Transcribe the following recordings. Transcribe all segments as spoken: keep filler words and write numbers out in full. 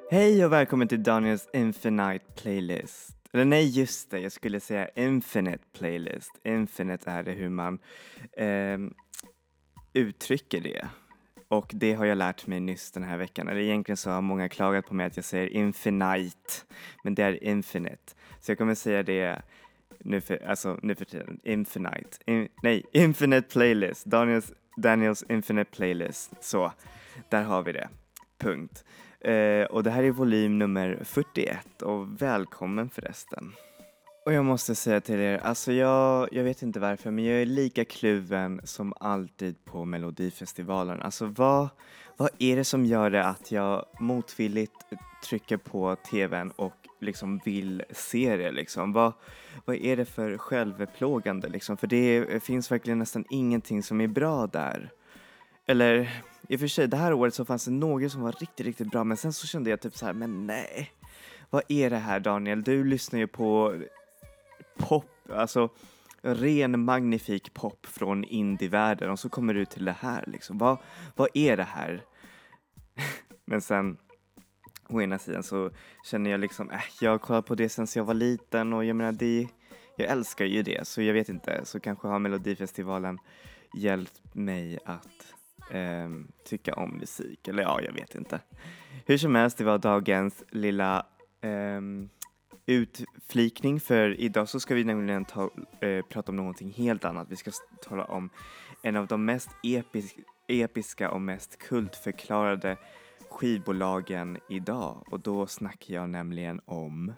Hej och välkommen till Daniels Infinite Playlist. Eller nej, just det, jag skulle säga Infinite Playlist. Infinite är det hur man eh, uttrycker det. Och det har jag lärt mig nyss den här veckan. Eller egentligen så har många klagat på mig att jag säger Infinite. Men det är Infinite. Så jag kommer säga det nu för, alltså, nu för tiden. Infinite. In, nej, Infinite Playlist. Daniels, Daniels Infinite Playlist. Så, där har vi det. Punkt. Uh, och det här är volym nummer fyrtioett och välkommen förresten. Och jag måste säga till er, alltså jag, jag vet inte varför, men jag är lika kluven som alltid på Melodifestivalen. Alltså vad, vad är det som gör det att jag motvilligt trycker på tvn och liksom vill se det liksom? Vad, vad är det för självplågande liksom? För det finns verkligen nästan ingenting som är bra där. Eller i och för sig, det här året så fanns det några som var riktigt, riktigt bra. Men sen så kände jag typ så här, men nej. Vad är det här, Daniel? Du lyssnar ju på pop, alltså ren magnifik pop från indievärlden. Och så kommer du till det här liksom. Vad, vad är det här? Men sen, å ena sidan så känner jag liksom, äh, jag har kollat på det sen jag var liten. Och jag menar, det, jag älskar ju det. Så jag vet inte, så kanske har Melodifestivalen hjälpt mig att Um, tycka om musik. Eller ja, jag vet inte. Hur som helst, det var dagens lilla um, utflikning. För idag så ska vi nämligen ta, uh, prata om någonting helt annat. Vi ska tala om en av de mest episk, episka och mest kultförklarade skivbolagen idag. Och då snackar jag nämligen om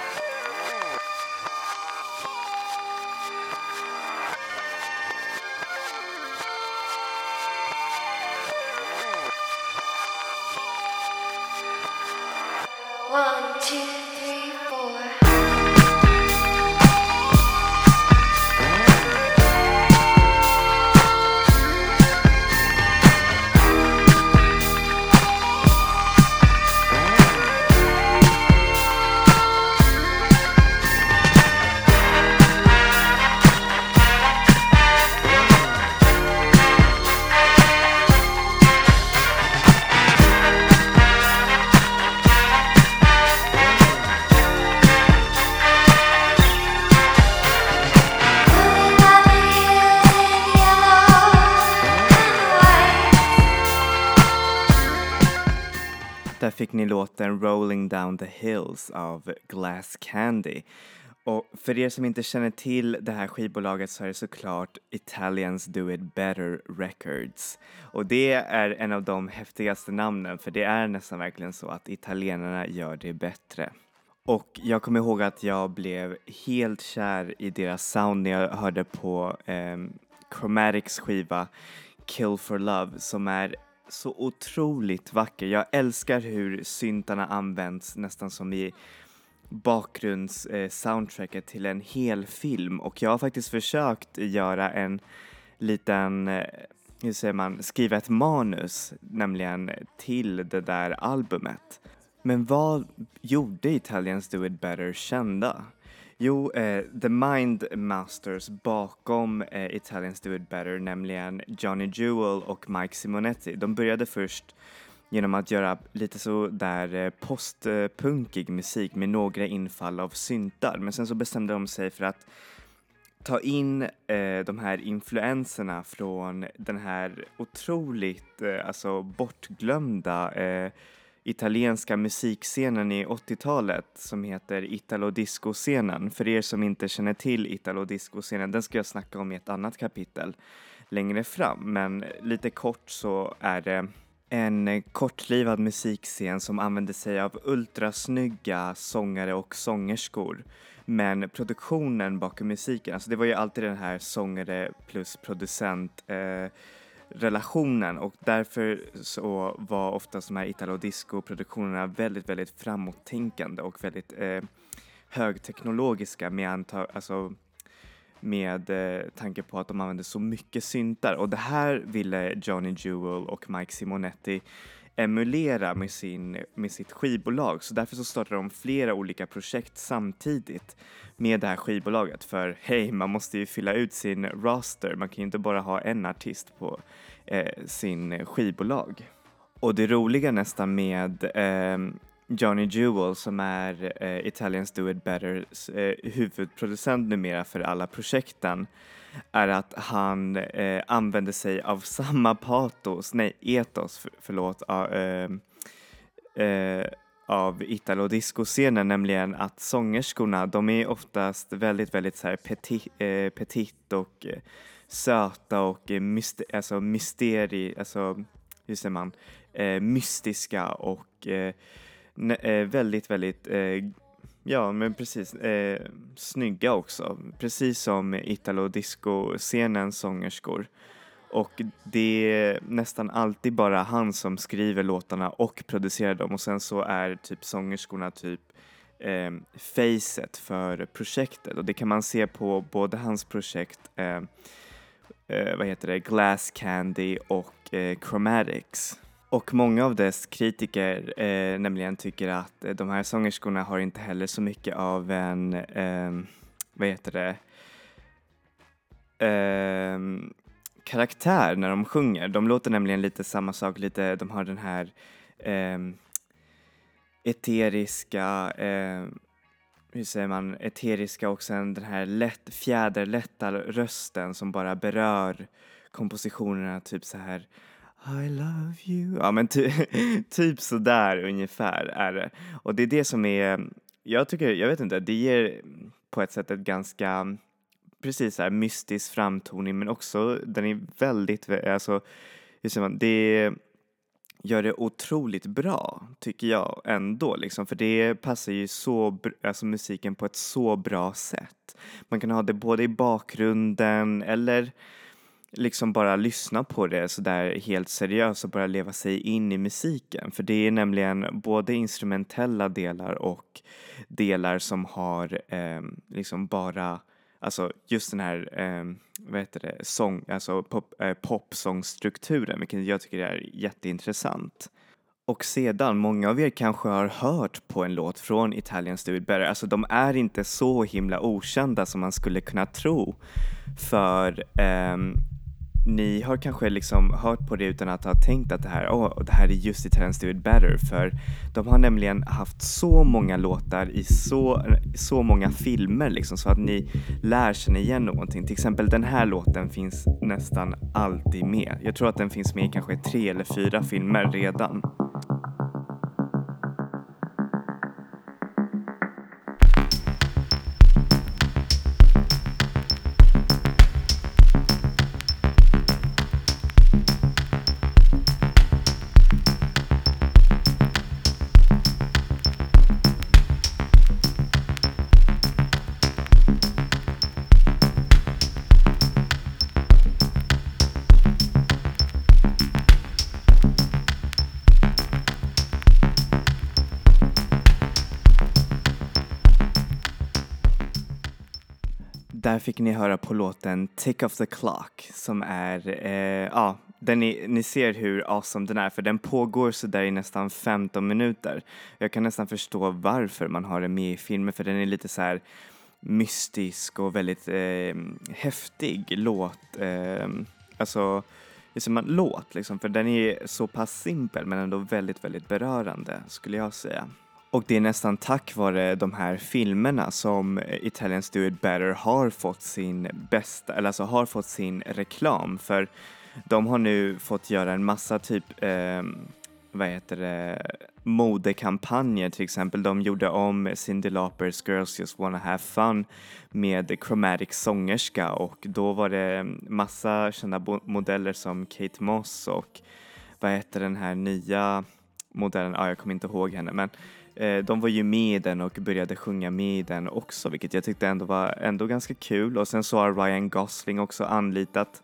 One, two, three, four. Där fick ni låten Rolling Down the Hills av Glass Candy. Och för er som inte känner till det här skivbolaget så är det såklart Italians Do It Better Records. Och det är en av de häftigaste namnen, för det är nästan verkligen så att italienarna gör det bättre. Och jag kommer ihåg att jag blev helt kär i deras sound när jag hörde på eh, Chromatics skiva Kill for Love, som är så otroligt vacker. Jag älskar hur syntarna används nästan som i bakgrunds eh, soundtracket till en hel film. Och jag har faktiskt försökt göra en liten, eh, hur säger man, skriva ett manus nämligen till det där albumet. Men vad gjorde Italians Do It Better kända? Jo, eh, The Mind Masters bakom eh, Italians Do It Better, nämligen Johnny Jewel och Mike Simonetti. De började först genom att göra lite så där eh, postpunkig musik med några infall av syntar. Men sen så bestämde de sig för att ta in eh, de här influenserna från den här otroligt eh, alltså bortglömda eh, italienska musikscenen i åttiotalet som heter Italo-disco-scenen. För er som inte känner till Italo-disco-scenen, den ska jag snacka om i ett annat kapitel längre fram. Men lite kort så är det en kortlivad musikscen som använder sig av ultrasnygga sångare och sångerskor. Men produktionen bakom musiken, alltså det var ju alltid den här sångare plus producent eh, relationen, och därför så var ofta de här Italo-disco-produktionerna väldigt, väldigt framåttänkande och väldigt eh, högteknologiska med, anta- alltså, med eh, tanke på att de använde så mycket syntar. Och det här ville Johnny Jewel och Mike Simonetti emulera med, sin, med sitt skivbolag. Så därför så startade de flera olika projekt samtidigt med det här skivbolaget. För hej, man måste ju fylla ut sin roster. Man kan ju inte bara ha en artist på eh, sin skivbolag. Och det roliga nästan med, eh, Johnny Jewel som är eh, Italians Do It Betters eh, huvudproducent numera för alla projekten är att han eh, använder sig av samma patos, nej etos för, förlåt, av, eh, eh, av Italo-disco-scenen, nämligen att sångerskorna de är oftast väldigt väldigt så här petit, eh, petit och eh, söta och eh, myster, alltså mysteri, alltså hur säger man, eh, mystiska och eh, ne- eh, väldigt väldigt eh, ja men precis eh, snygga också, precis som Italo-disco-scenens sångerskor. Och det är nästan alltid bara han som skriver låtarna och producerar dem, och sen så är typ sångerskorna typ eh, facet för projektet, och det kan man se på både hans projekt eh, eh, vad heter det, Glass Candy och eh, Chromatics. Och många av dess kritiker eh, nämligen tycker att eh, de här sångerskorna har inte heller så mycket av en eh, vad heter det eh, karaktär när de sjunger. De låter nämligen lite samma sak, lite, de har den här eh, eteriska, eh, hur säger man, eteriska och sen den här lätt, fjäderlätta rösten som bara berör kompositionerna, typ så här I love you. Ja men ty- typ så där ungefär är det. Och det är det som är, jag tycker, jag vet inte, det ger på ett sätt ett ganska precis så här mystisk framtoning, men också den är väldigt, alltså hur säger man, det gör det otroligt bra tycker jag ändå liksom, för det passar ju så, br- alltså musiken på ett så bra sätt. Man kan ha det både i bakgrunden eller liksom bara lyssna på det så där helt seriöst och bara leva sig in i musiken, för det är nämligen både instrumentella delar och delar som har eh, liksom bara, alltså just den här eh, vad heter det, sång, alltså pop, eh, popsångstrukturen, vilket jag tycker är jätteintressant. Och sedan, många av er kanske har hört på en låt från Italians Do It Better. Alltså de är inte så himla okända som man skulle kunna tro. För ehm, ni har kanske liksom hört på det utan att ha tänkt att det här, åh, det här är just Italians Do It Better. För de har nämligen haft så många låtar i så, så många filmer liksom, så att ni lär känna igen någonting. Till exempel den här låten finns nästan alltid med. Jag tror att den finns med i kanske tre eller fyra filmer redan. Där fick ni höra på låten Tick of the Clock som är, eh, ja, den är, ni ser hur awesome den är, för den pågår så där i nästan femton minuter. Jag kan nästan förstå varför man har den med i filmen, för den är lite så här mystisk och väldigt eh, häftig låt. Eh, alltså, det är som en låt liksom, för den är så pass simpel men ändå väldigt, väldigt berörande skulle jag säga. Och det är nästan tack vare de här filmerna som Italians Do It Better har fått sin bästa, eller alltså har fått sin reklam, för de har nu fått göra en massa typ, eh, vad heter det, modekampanjer till exempel. De gjorde om Cyndi Laupers Girls Just Wanna Have Fun med Chromatic sångerska, och då var det massa kända bo- modeller som Kate Moss och vad heter den här nya modellen, ja, jag kommer inte ihåg henne, men eh, de var ju med i den och började sjunga med i den också, vilket jag tyckte ändå var ändå ganska kul. Och sen så har Ryan Gosling också anlitat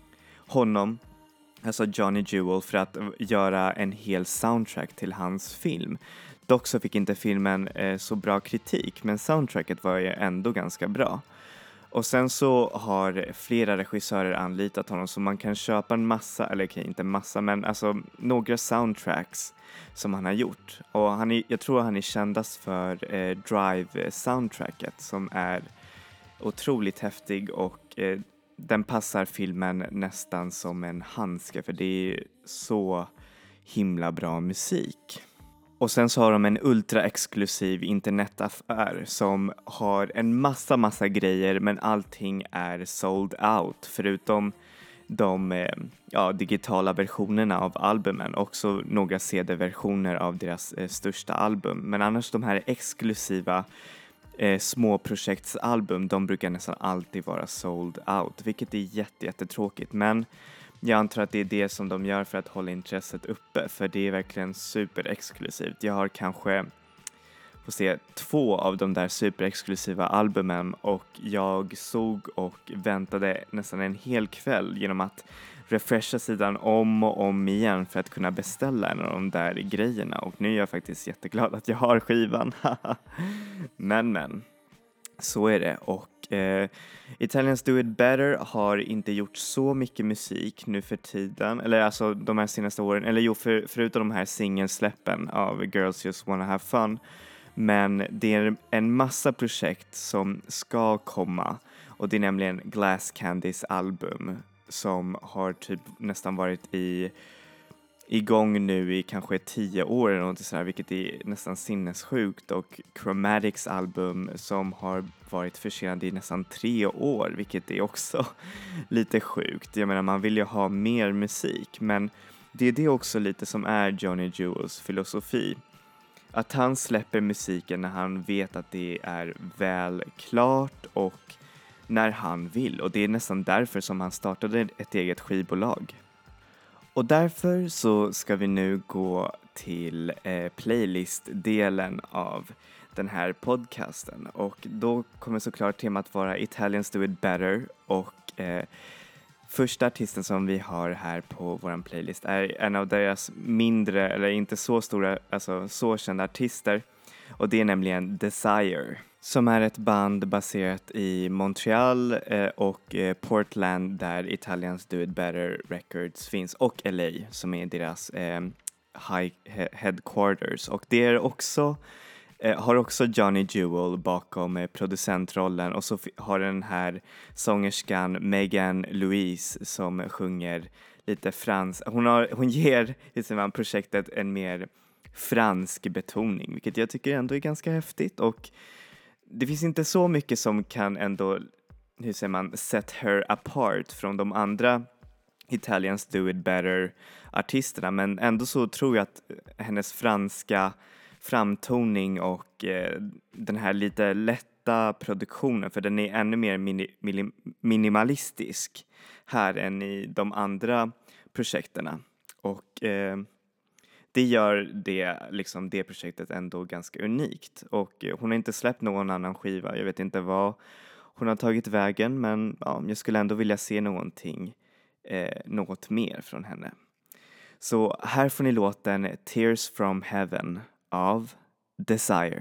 honom, alltså Johnny Jewel, för att göra en hel soundtrack till hans film. Dock så fick inte filmen eh, så bra kritik, men soundtracket var ju ändå ganska bra. Och sen så har flera regissörer anlitat honom, så man kan köpa en massa, eller okej, inte massa, men alltså några soundtracks som han har gjort. Och han är, jag tror han är kändast för eh, Drive-soundtracket som är otroligt häftig, och eh, den passar filmen nästan som en handske, för det är så himla bra musik. Och sen så har de en ultra-exklusiv internetaffär som har en massa, massa grejer, men allting är sold out förutom de eh, ja, digitala versionerna av albumen, också några C D-versioner av deras eh, största album. Men annars de här exklusiva eh, småprojektsalbum, de brukar nästan alltid vara sold out, vilket är jätte, jättetråkigt. Men jag antar att det är det som de gör för att hålla intresset uppe, för det är verkligen superexklusivt. Jag har kanske får se två av de där superexklusiva albumen och jag såg och väntade nästan en hel kväll genom att refresha sidan om och om igen för att kunna beställa en av de där grejerna, och nu är jag faktiskt jätteglad att jag har skivan. men men så är det. Och eh, Italians Do It Better har inte gjort så mycket musik nu för tiden, eller alltså de här senaste åren, eller jo för, förutom de här singelsläppen av Girls Just Wanna Have Fun. Men det är en massa projekt som ska komma, och det är nämligen Glass Candys album som har typ nästan varit i igång nu i kanske tio år eller något sådär, vilket är nästan sinnessjukt, och Chromatics album som har varit försenad i nästan tre år, vilket är också lite sjukt. Jag menar, man vill ju ha mer musik, men det är det också lite som är Johnny Jewels filosofi. Att han släpper musiken när han vet att det är väl klart och när han vill. Och det är nästan därför som han startade ett eget skivbolag. Och därför så ska vi nu gå till eh, playlist-delen av den här podcasten. Och då kommer såklart temat vara Italians Do It Better. Och eh, första artisten som vi har här på våran playlist är en av deras mindre, eller inte så stora, alltså så kända artister. Och det är nämligen Desire, som är ett band baserat i Montreal eh, och eh, Portland, där Italians Do It Better Records finns, och L A som är deras eh, high he- headquarters. Och det är också eh, har också Johnny Jewel bakom eh, producentrollen, och så f- har den här sångerskan Megan Louise som sjunger lite frans. Hon, har, hon ger i sin projektet en mer fransk betoning, vilket jag tycker ändå är ganska häftigt. Och det finns inte så mycket som kan ändå, hur säger man, set her apart från de andra Italians Do It Better artisterna, men ändå så tror jag att hennes franska framtoning och eh, den här lite lätta produktionen, för den är ännu mer mini- mini- minimalistisk här än i de andra projekterna, och eh, det gör det, liksom det projektet ändå ganska unikt. Och hon har inte släppt någon annan skiva. Jag vet inte vad hon har tagit vägen, men ja, jag skulle ändå vilja se någonting, eh, något mer från henne. Så här får ni låten Tears from Heaven av Desire.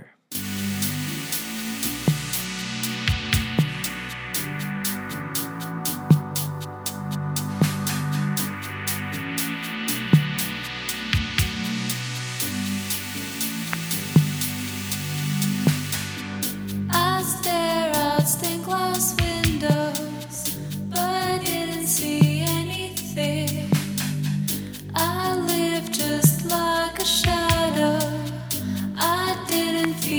I live just like a shadow. I didn't feel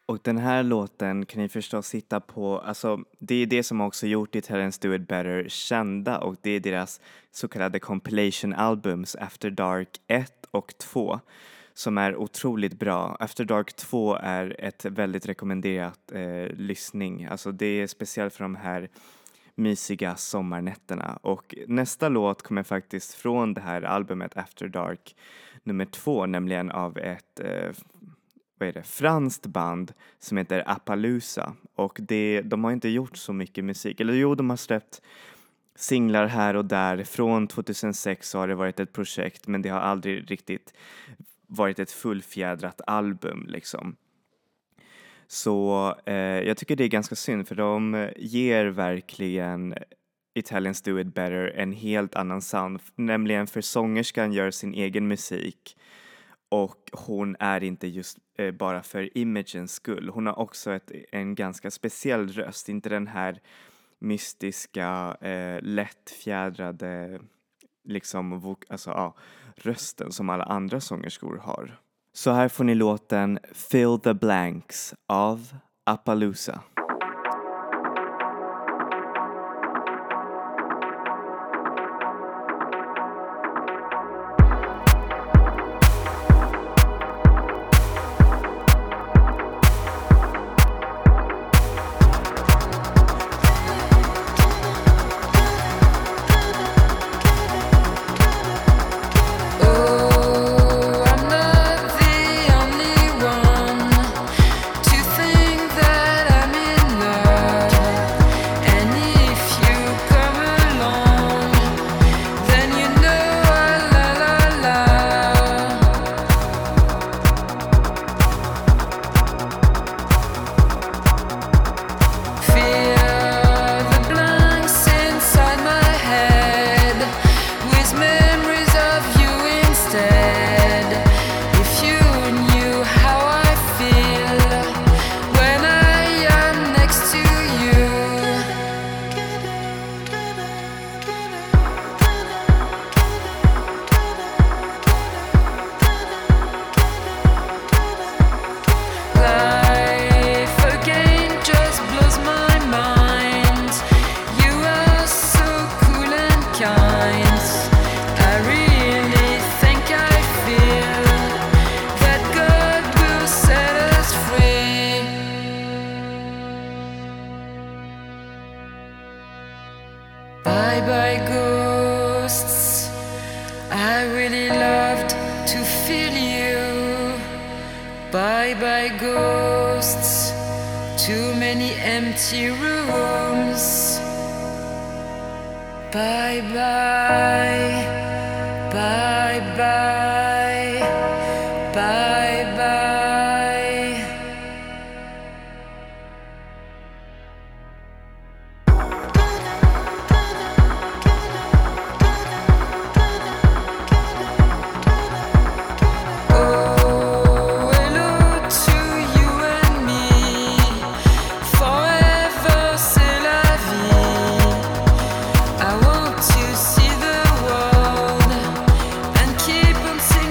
Och den här låten kan ni förstås hitta på, alltså det är det som också gjort Italians Do It Better kända och det är deras så kallade compilation albums After Dark ett och två som är otroligt bra. After Dark två är ett väldigt rekommenderat eh, lyssning, alltså det är speciellt för de här mysiga sommarnätterna och nästa låt kommer faktiskt från det här albumet After Dark nummer två, nämligen av ett eh, vad är det, franskt band som heter Appaloosa och det, de har inte gjort så mycket musik, eller jo, de har släppt singlar här och där. Från tjugohundrasex så har det varit ett projekt men det har aldrig riktigt varit ett fullfjädrat album liksom. Så eh, jag tycker det är ganska synd för de ger verkligen Italians Do It Better en helt annan sound, nämligen för sångerskan gör sin egen musik och hon är inte just eh, bara för imagens skull. Hon har också ett, en ganska speciell röst, inte den här mystiska, eh, lättfjädrade liksom, vok- alltså, ja, rösten som alla andra sångerskor har. Så här får ni låten Fill the Blanks av Appaloosa. Bye bye ghosts, I really loved to feel you. Bye bye ghosts, too many empty rooms. Bye bye, bye bye, bye bye. Keep on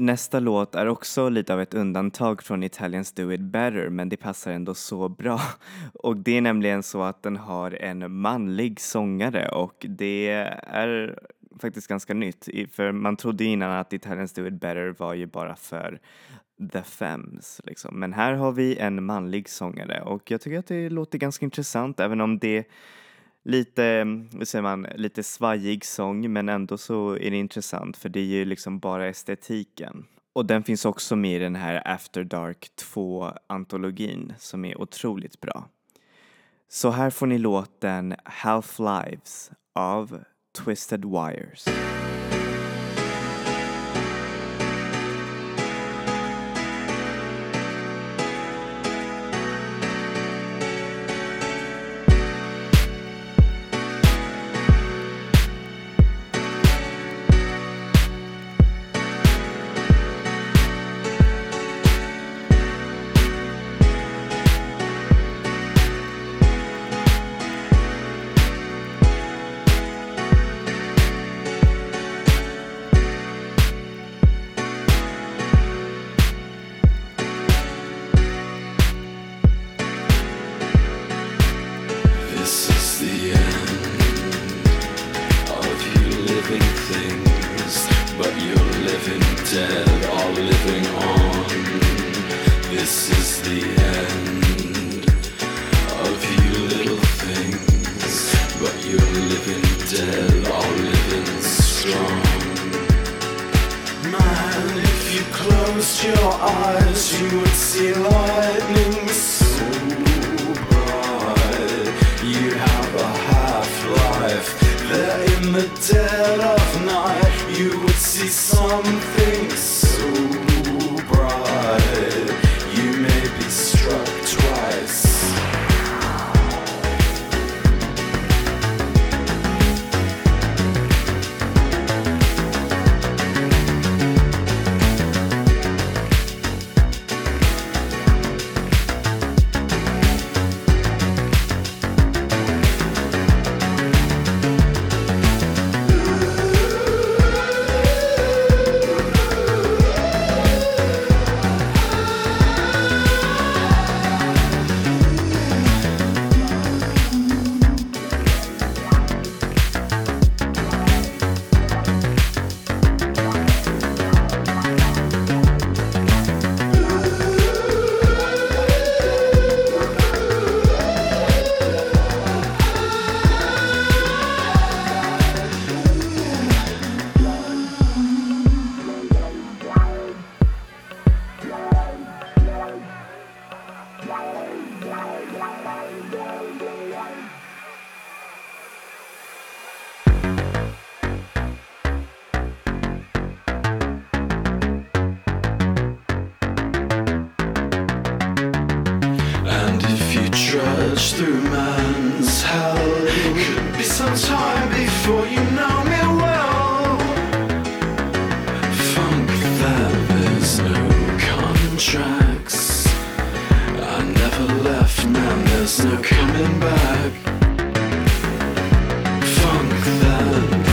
nästa låt är också lite av ett undantag från Italians Do It Better, men det passar ändå så bra. Och det är nämligen så att den har en manlig sångare och det är faktiskt ganska nytt. För man trodde innan att Italians Do It Better var ju bara för The Femmes liksom. Men här har vi en manlig sångare och jag tycker att det låter ganska intressant, även om det lite, vad säger man, lite svajig sång, men ändå så är det intressant för det är ju liksom bara estetiken. Och den finns också med i den här After Dark två-antologin som är otroligt bra. Så här får ni låten Half Lives av Twisted Wires. Through man's hell, could be some time before you know me well. Funk that there's no contracts. I never left, man, there's no coming back. Funk that.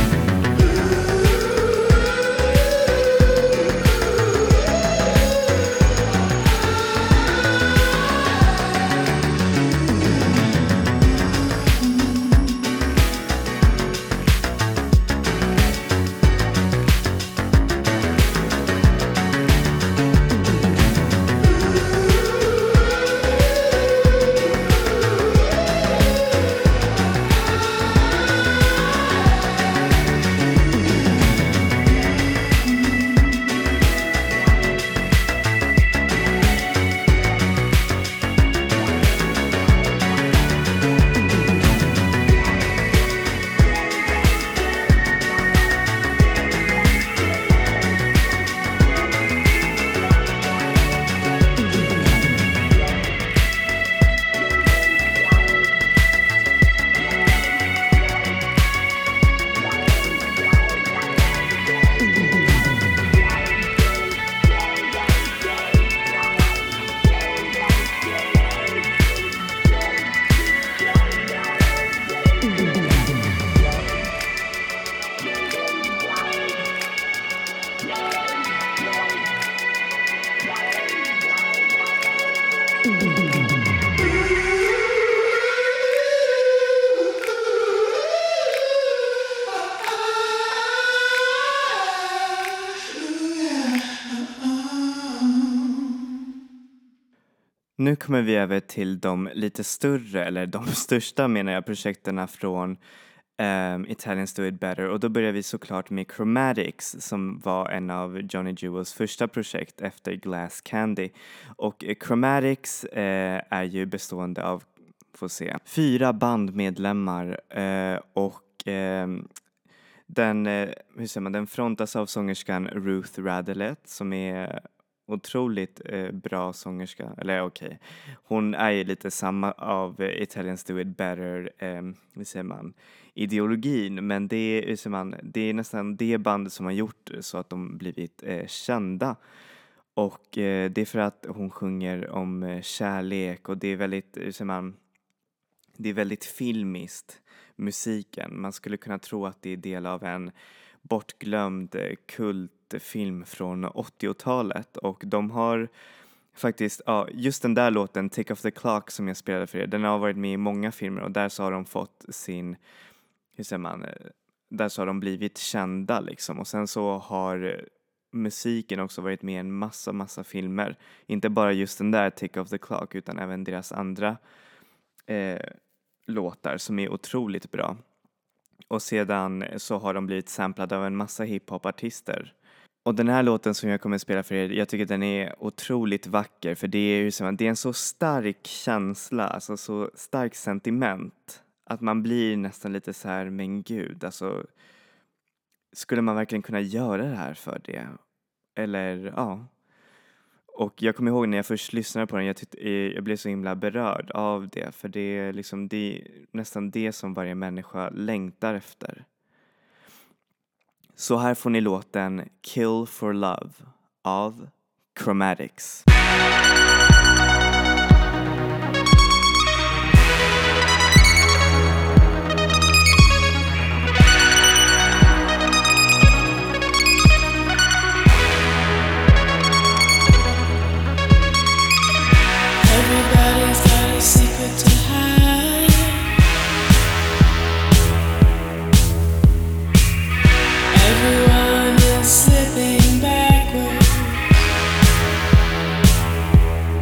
Nu kommer vi över till de lite större, eller de största menar jag, projekterna från um, Italians Do It Better. Och då börjar vi såklart med Chromatics som var en av Johnny Jewels första projekt efter Glass Candy. Och eh, Chromatics eh, är ju bestående av, får se, fyra bandmedlemmar eh, och eh, den, eh, hur säger man, den frontas av sångerskan Ruth Radelet som är otroligt eh, bra sångerska, eller okej, okay. Hon är ju lite samma av eh, Italians Do It Better, eh, hur säger man, ideologin, men det är, hur säger man, det är nästan det bandet som har gjort så att de blivit eh, kända. Och eh, det är för att hon sjunger om eh, kärlek och det är väldigt, hur säger man, det är väldigt filmiskt, musiken. Man skulle kunna tro att det är del av en bortglömd eh, kult film från åttiotalet och de har faktiskt, ja, just den där låten Tick of the Clock som jag spelade för er, den har varit med i många filmer och där så har de fått sin, hur säger man, där så har de blivit kända liksom, och sen så har musiken också varit med i en massa massa filmer, inte bara just den där Tick of the Clock utan även deras andra eh, låtar som är otroligt bra. Och sedan så har de blivit samplade av en massa hiphop-artister. Och den här låten som jag kommer att spela för er, jag tycker den är otroligt vacker. För det är ju som, det är en så stark känsla, alltså så stark sentiment. Att man blir nästan lite så här, men gud, alltså skulle man verkligen kunna göra det här för det? Eller, ja. Och jag kommer ihåg när jag först lyssnade på den, jag, tyckte, jag blev så himla berörd av det. För det är liksom, det är nästan det som varje människa längtar efter. Så här får ni låten Kill for Love av Chromatics. Everybody's got a secret to hide. Everyone is slipping backwards.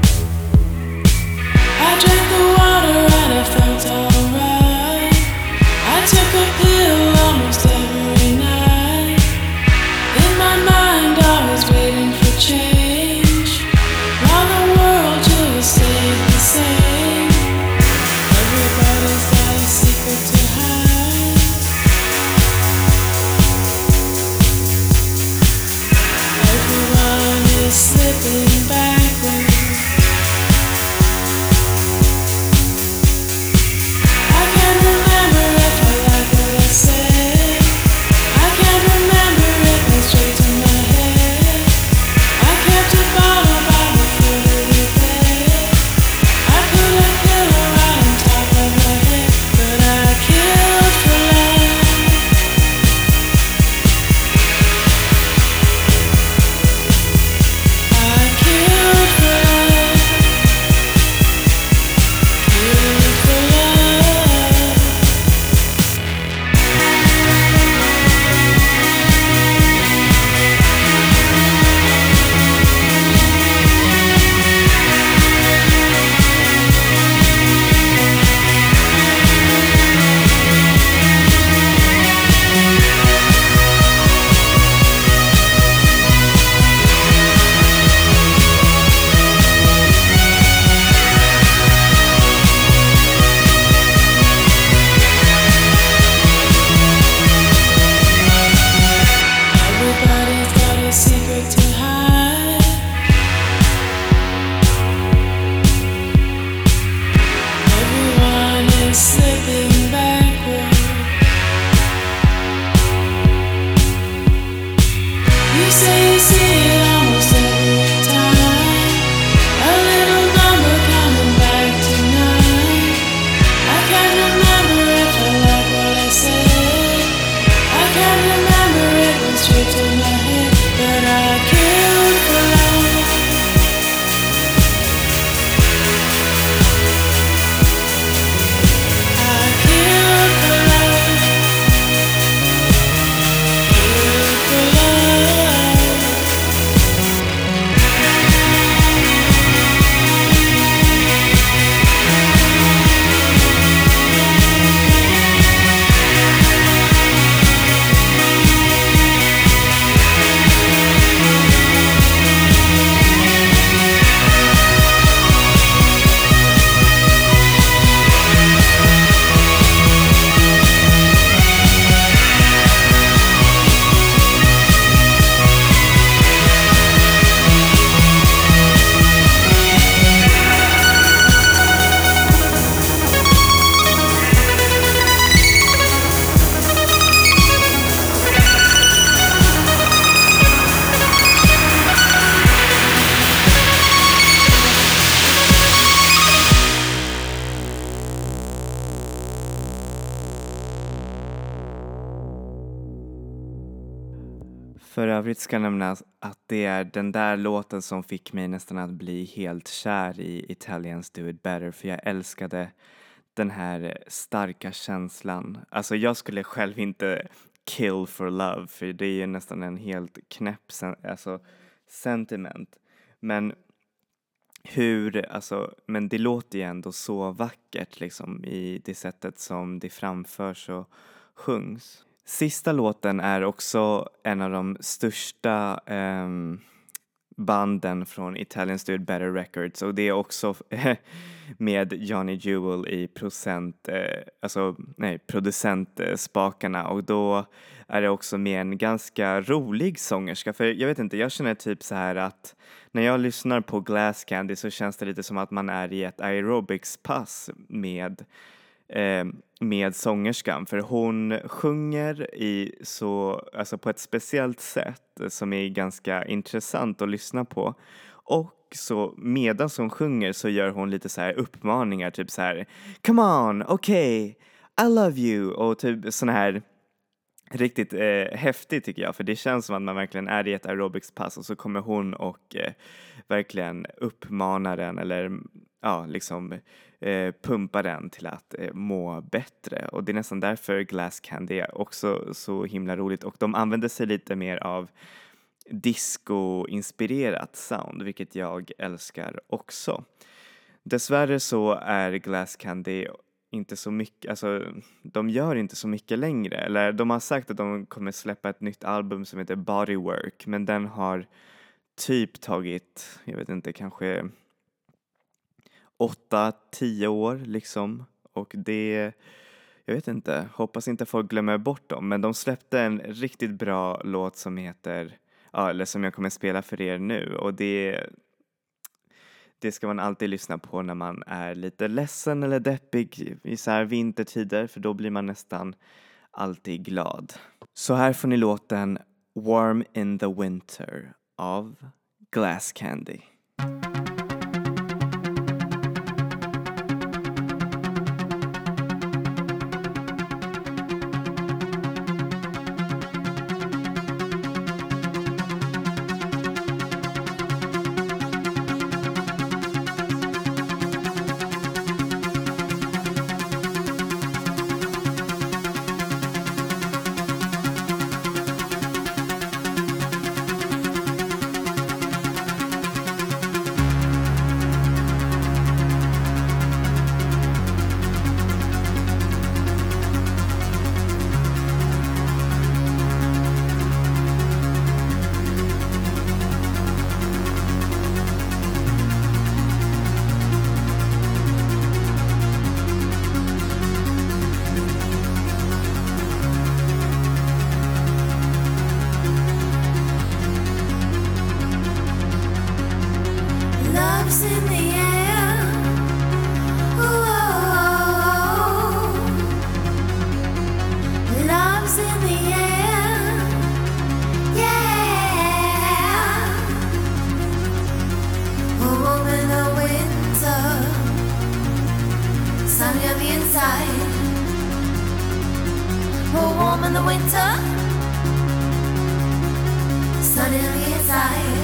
För övrigt ska nämnas att det är den där låten som fick mig nästan att bli helt kär i Italians Do It Better, för jag älskade den här starka känslan. Alltså jag skulle själv inte kill for love, för det är ju nästan en helt knäpp sen- alltså, sentiment. Men hur, alltså, men det låter ju ändå så vackert liksom i det sättet som det framförs och sjungs. Sista låten är också en av de största ehm, banden från Italians Do It Better Records, och det är också med Johnny Jewel i procent, eh, alltså, nej, producentspakarna, och då är det också med en ganska rolig sångerska, för jag vet inte, jag känner typ så här att när jag lyssnar på Glass Candy så känns det lite som att man är i ett aerobicspass med eh, med sångerskan, för hon sjunger i så, alltså på ett speciellt sätt som är ganska intressant att lyssna på, och så medan hon sjunger så gör hon lite så här uppmaningar, typ så här come on, okay, I love you, och typ sån här riktigt eh, häftigt tycker jag, för det känns som att man verkligen är i ett aerobicspass och så kommer hon och eh, verkligen uppmanar den, eller ja, liksom eh, pumpar den till att eh, må bättre, och det är nästan därför Glass Candy är också så himla roligt, och de använder sig lite mer av disco-inspirerat sound, vilket jag älskar också. Dessvärre så är Glass Candy inte så mycket, alltså de gör inte så mycket längre, eller de har sagt att de kommer släppa ett nytt album som heter Bodywork, men den har typ tagit, jag vet inte, kanske åtta, tio år liksom, och det, jag vet inte, hoppas inte folk glömmer bort dem, men de släppte en riktigt bra låt som heter, ja, eller som jag kommer spela för er nu, och det Det ska man alltid lyssna på när man är lite ledsen eller deppig i så här vintertider, för då blir man nästan alltid glad. Så här får ni låten Warm in the Winter av Glass Candy. Love's in the air. Ooh, love's in the air. Yeah. Oh, warm in the winter, sunny on the inside. Oh, warm in the winter, sunny on the inside.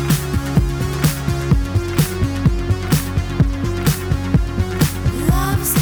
Love's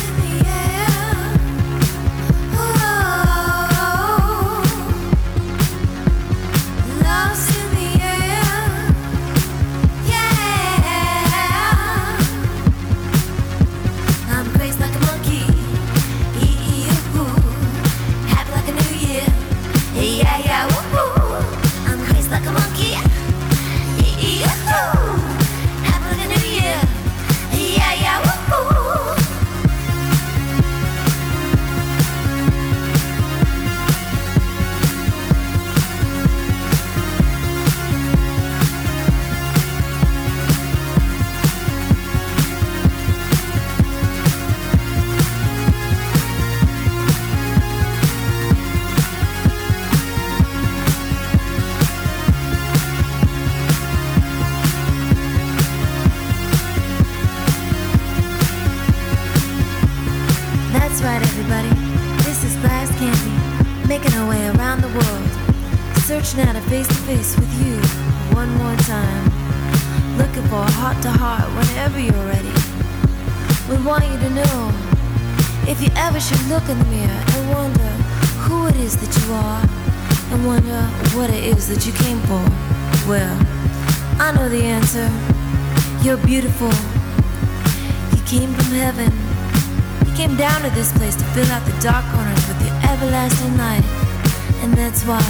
making our way around the world, searching out a face-to-face with you one more time, looking for a heart-to-heart whenever you're ready. We want you to know, if you ever should look in the mirror and wonder who it is that you are, and wonder what it is that you came for, well, I know the answer. You're beautiful. You came from heaven. You came down to this place to fill out the dark corners with your everlasting light. And that's why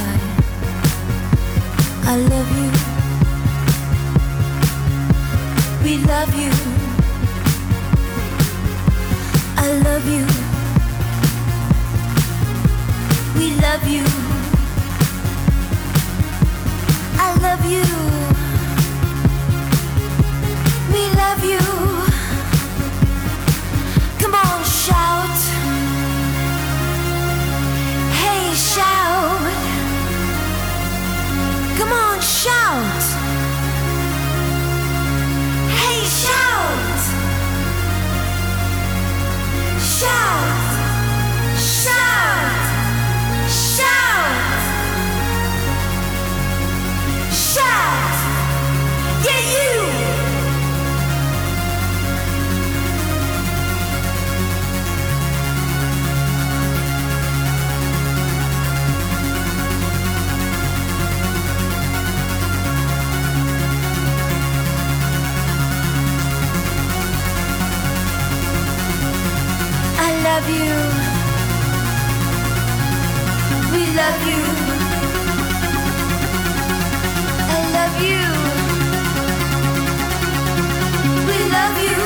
I love you. We love you. I love you. We love you. I love you. We love you. Come on, shout. Hey, shout. Come on, shout. Hey, shout. Shout. Shout. Shout. Shout. Yeah, you. I love you. We love you. I love you. We love you.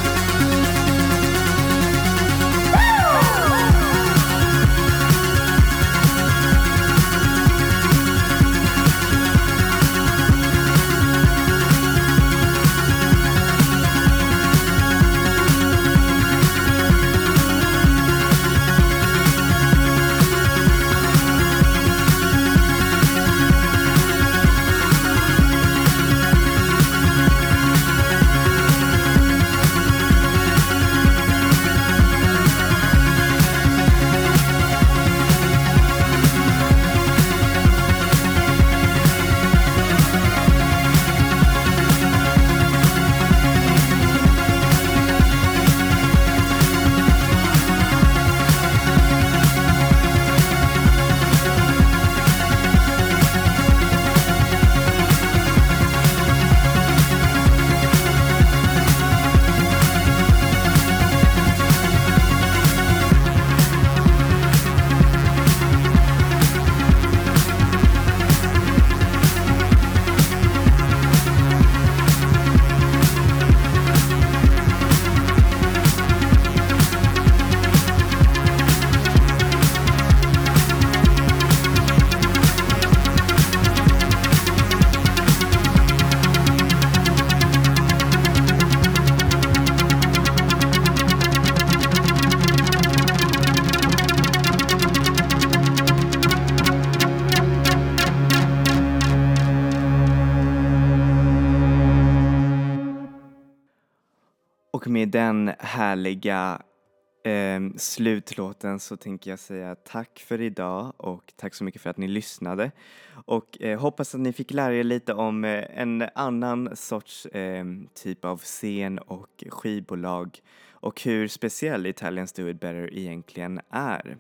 Och med den härliga eh, slutlåten så tänker jag säga tack för idag och tack så mycket för att ni lyssnade. Och eh, hoppas att ni fick lära er lite om eh, en annan sorts eh, typ av scen och skivbolag och hur speciell Italians Do It Better egentligen är.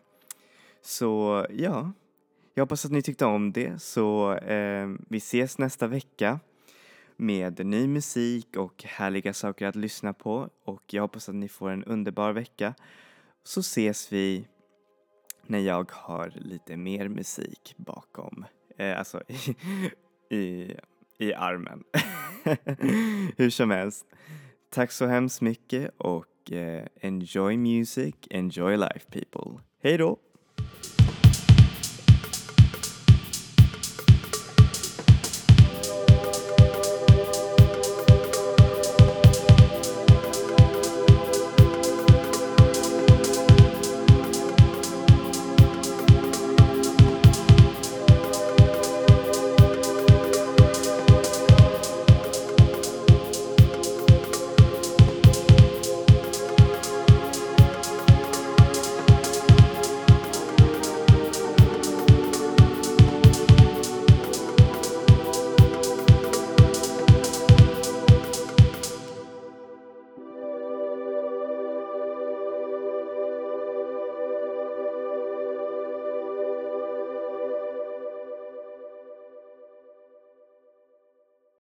Så ja, jag hoppas att ni tyckte om det, så eh, vi ses nästa vecka med ny musik och härliga saker att lyssna på, och jag hoppas att ni får en underbar vecka. Så ses vi när jag har lite mer musik bakom, eh, alltså i, i, i armen. Hur som helst, tack så hemskt mycket och eh, enjoy music, enjoy life people. Hej då!